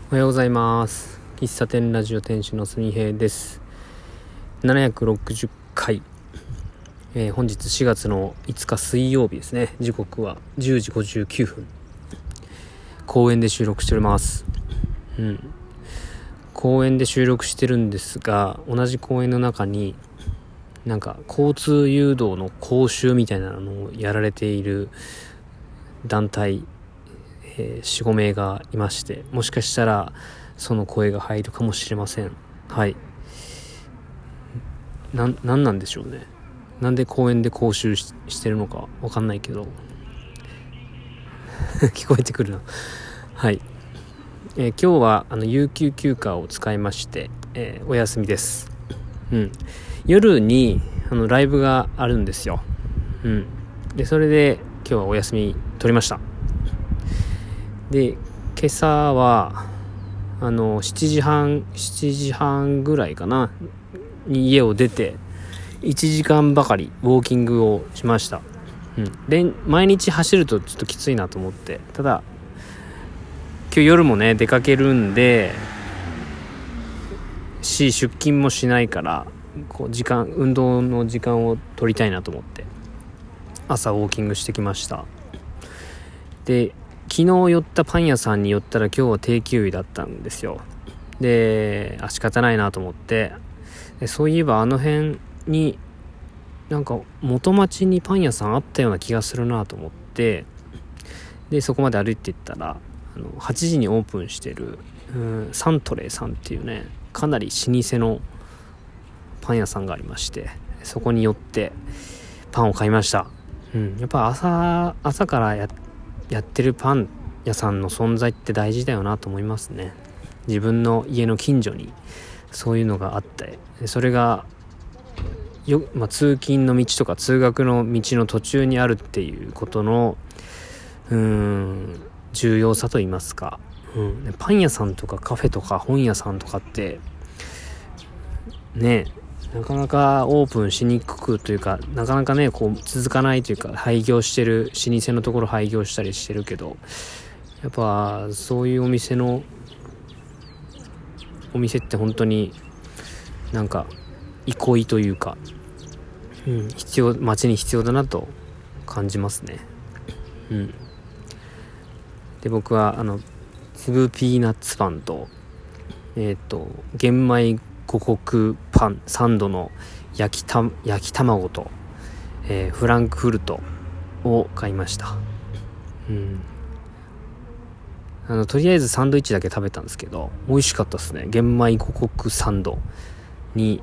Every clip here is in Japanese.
おはようございます。喫茶店ラジオ店主のすみへいです。760回、本日4月の5日水曜日ですね。時刻は10時59分。公園で収録しております。公園で収録してるんですが、同じ公園の中になんか交通誘導の講習みたいなのをやられている団体4、5名がいまして、もしかしたらその声が入るかもしれません。はい。なんなんでしょうね。なんで公園で講習 してるのかわかんないけど聞こえてくるな。はい。今日は有給休暇を使いまして、お休みです。夜にライブがあるんですよ。でそれで今日はお休み取りました。で今朝は7時半ぐらいかなに家を出て1時間ばかりウォーキングをしました。毎日走るとちょっときついなと思って、ただ今日夜もね出かけるんで出勤もしないから運動の時間を取りたいなと思って朝ウォーキングしてきました。で昨日寄ったパン屋さんに寄ったら今日は定休日だったんですよ。で仕方ないなと思って、そういえばあの辺になんか元町にパン屋さんあったような気がするなと思って、でそこまで歩いていったら8時にオープンしてるサントレーさんっていうねかなり老舗のパン屋さんがありまして、そこに寄ってパンを買いました。やっぱ朝からやってるパン屋さんの存在って大事だよなと思いますね。自分の家の近所にそういうのがあって、それが通勤の道とか通学の道の途中にあるっていうことの重要さと言いますか、パン屋さんとかカフェとか本屋さんとかってねなかなかオープンしにくくというか、なかなかね続かないというか、廃業してる老舗のところ廃業したりしてるけど、やっぱそういうお店って本当になんか憩いというか、街に必要だなと感じますね。で僕は粒ピーナッツパンと玄米五穀パンサンドの焼き卵と、フランクフルトを買いました。とりあえずサンドイッチだけ食べたんですけど美味しかったですね。玄米五穀サンドに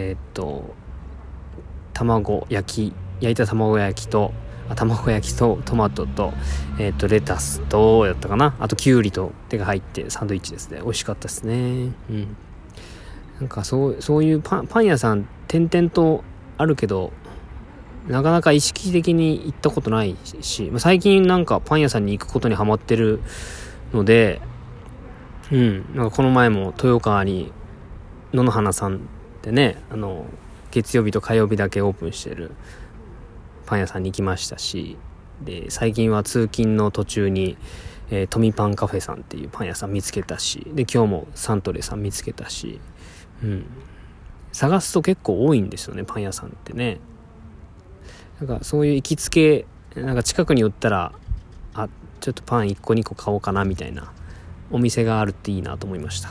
焼いた卵焼きとトマトとレタスとやったかな、あとキュウリと手が入ってサンドイッチですね。美味しかったですね。なんかそういうパン屋さん点々とあるけど、なかなか意識的に行ったことないし、最近なんかパン屋さんに行くことにハマってるので、なんかこの前も豊川に野々花さんってね月曜日と火曜日だけオープンしてるパン屋さんに行きましたし、で最近は通勤の途中にトミパンカフェさんっていうパン屋さん見つけたし、で今日もサントレーさん見つけたし、探すと結構多いんですよねパン屋さんってね。なんかそういう行きつけ、なんか近くに寄ったらちょっとパン1個2個買おうかなみたいなお店があるっていいなと思いました。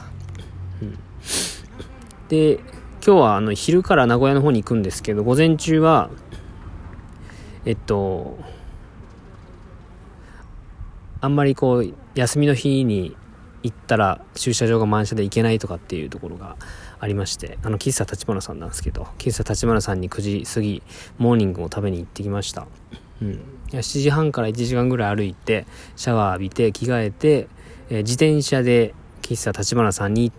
で今日は昼から名古屋の方に行くんですけど、午前中はあんまり休みの日に行ったら駐車場が満車で行けないとかっていうところがありまして、喫茶立花さんなんですけど、喫茶立花さんに9時過ぎモーニングを食べに行ってきました。7時半から1時間ぐらい歩いてシャワー浴びて着替えて、自転車で喫茶立花さんに行って、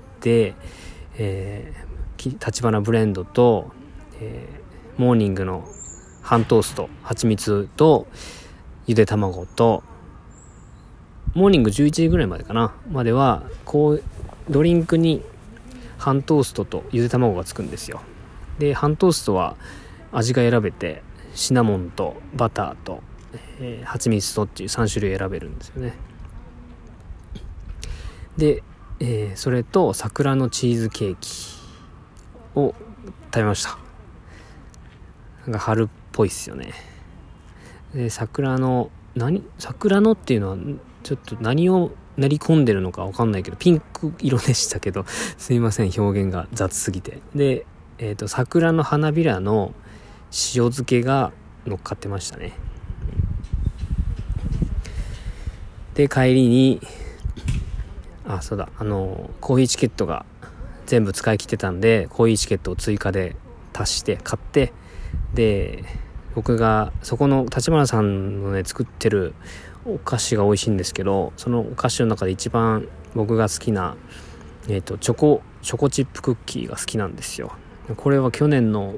立花ブレンドと、モーニングの半トースト蜂蜜とゆで卵と、モーニング11時ぐらいまでかなまではドリンクに半トーストとゆで卵がつくんですよ。で半トーストは味が選べてシナモンとバターと、蜂蜜とっていう3種類選べるんですよね。で、 それと桜のチーズケーキを食べました。なんか春っぽいっすよね。で桜のっていうのはちょっと何を練り込んでるのか分かんないけど、ピンク色でしたけどすいません、表現が雑すぎて。で、桜の花びらの塩漬けが乗っかってましたね。で帰りにそうだ、コーヒーチケットが全部使い切ってたんで、コーヒーチケットを追加で足して買って、で僕がそこの立花さんのね作ってるお菓子が美味しいんですけど、そのお菓子の中で一番僕が好きなチョコチップクッキーが好きなんですよ。これは去年の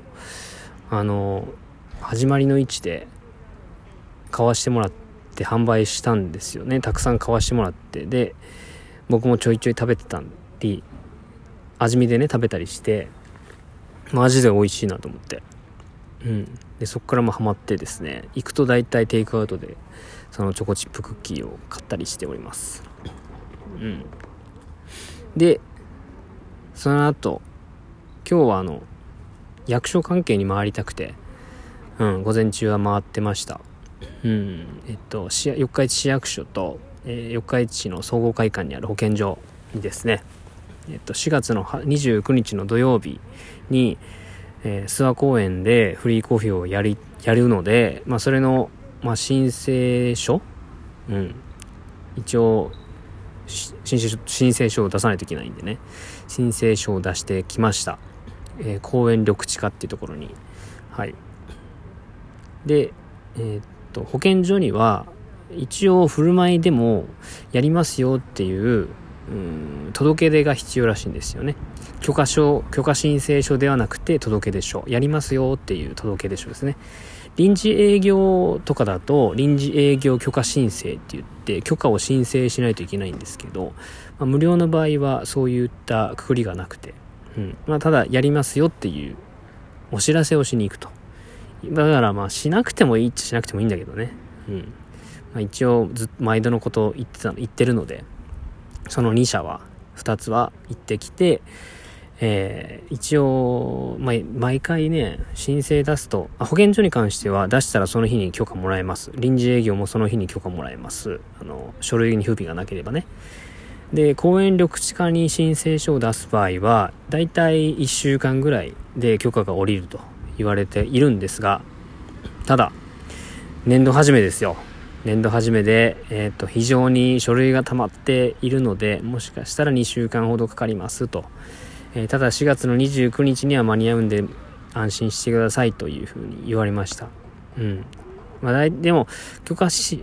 始まりの位置で買わしてもらって販売したんですよね。たくさん買わしてもらって、で僕もちょいちょい食べてたり、味見でね食べたりして、マジで美味しいなと思って、でそっからもハマってですね、行くと大体テイクアウトでそのチョコチップクッキーを買ったりしております。でその後今日は役所関係に回りたくて、午前中は回ってました。四日市市役所と、四日市市の総合会館にある保健所にですね、4月の29日の土曜日に、諏訪公園でフリーコーヒーをやるので、それの、申請書、一応申請書を出さないといけないんでね、申請書を出してきました。公園緑地課っていうところに。で、保健所には一応振る舞いでもやりますよっていう届け出が必要らしいんですよね。許可申請書ではなくて届け出書、やりますよっていう届け出書ですね。臨時営業とかだと臨時営業許可申請って言って許可を申請しないといけないんですけど、無料の場合はそういったくくりがなくて、ただやりますよっていうお知らせをしに行くと。だからしなくてもいいっちゃしなくてもいいんだけどね。一応毎度のことを言ってるので、その2つは行ってきて、一応、毎回ね申請出すと、保健所に関しては出したらその日に許可もらえます。臨時営業もその日に許可もらえます。書類に不備がなければね。で公園緑地課に申請書を出す場合はだいたい1週間ぐらいで許可が下りると言われているんですが、ただ年度始めですよ。年度始めで、非常に書類が溜まっているので、もしかしたら2週間ほどかかりますと、ただ4月の29日には間に合うんで安心してくださいというふうに言われました。でも許可書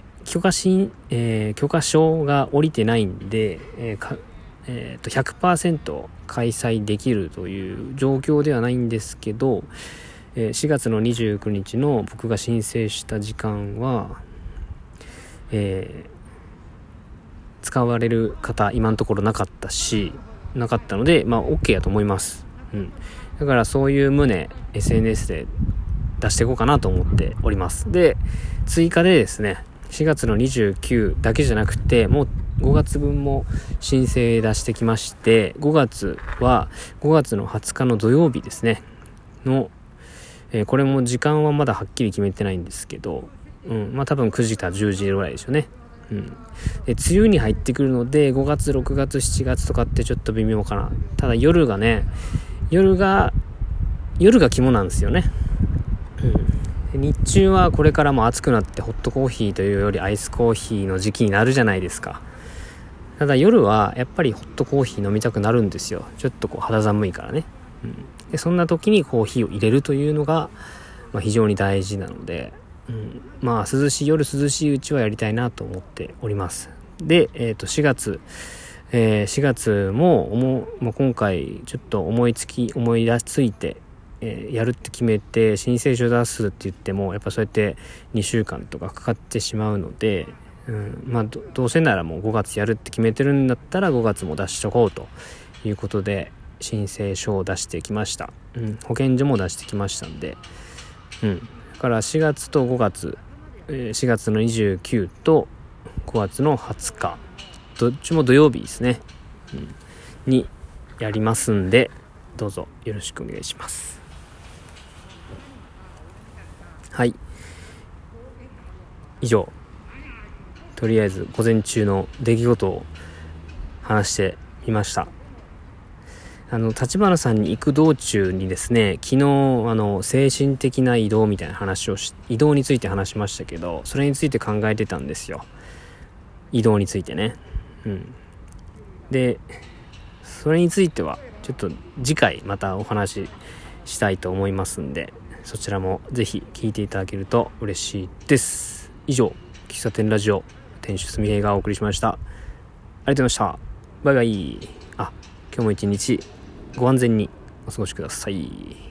が下りてないんで、100% 開催できるという状況ではないんですけど、4月の29日の僕が申請した時間は、使われる方今のところなかったのでOK やと思います。だからそういう旨 SNS で出していこうかなと思っております。で追加でですね、4月の29だけじゃなくてもう5月分も申請出してきまして、5月の20日の土曜日ですねの、これも時間はまだはっきり決めてないんですけど、多分9時から10時ぐらいですよね。で梅雨に入ってくるので5月6月7月とかってちょっと微妙かな。ただ夜が肝なんですよね。日中はこれからも暑くなってホットコーヒーというよりアイスコーヒーの時期になるじゃないですか。ただ夜はやっぱりホットコーヒー飲みたくなるんですよ。ちょっと肌寒いからね。でそんな時にコーヒーを入れるというのが、非常に大事なので、夜涼しいうちはやりたいなと思っております。で、4月も今回ちょっと思いついて、やるって決めて申請書出すって言ってもやっぱそうやって2週間とかかかってしまうので、どうせならもう5月やるって決めてるんだったら5月も出しとこうということで申請書を出してきました。保健所も出してきましたんで、だから4月と5月、4月の29と5月の20日どっちも土曜日ですね。 にやりますんで、どうぞよろしくお願いします。はい、以上、とりあえず午前中の出来事を話してみました。立花さんに行く道中にですね、昨日精神的な移動みたいな話を移動について話しましたけど、それについて考えてたんですよ。移動についてね。で、それについてはちょっと次回またお話ししたいと思いますんで、そちらもぜひ聞いていただけると嬉しいです。以上、喫茶店ラジオ店主すみへいがお送りしました。ありがとうございました。バイバイ。今日も一日ご安全にお過ごしください。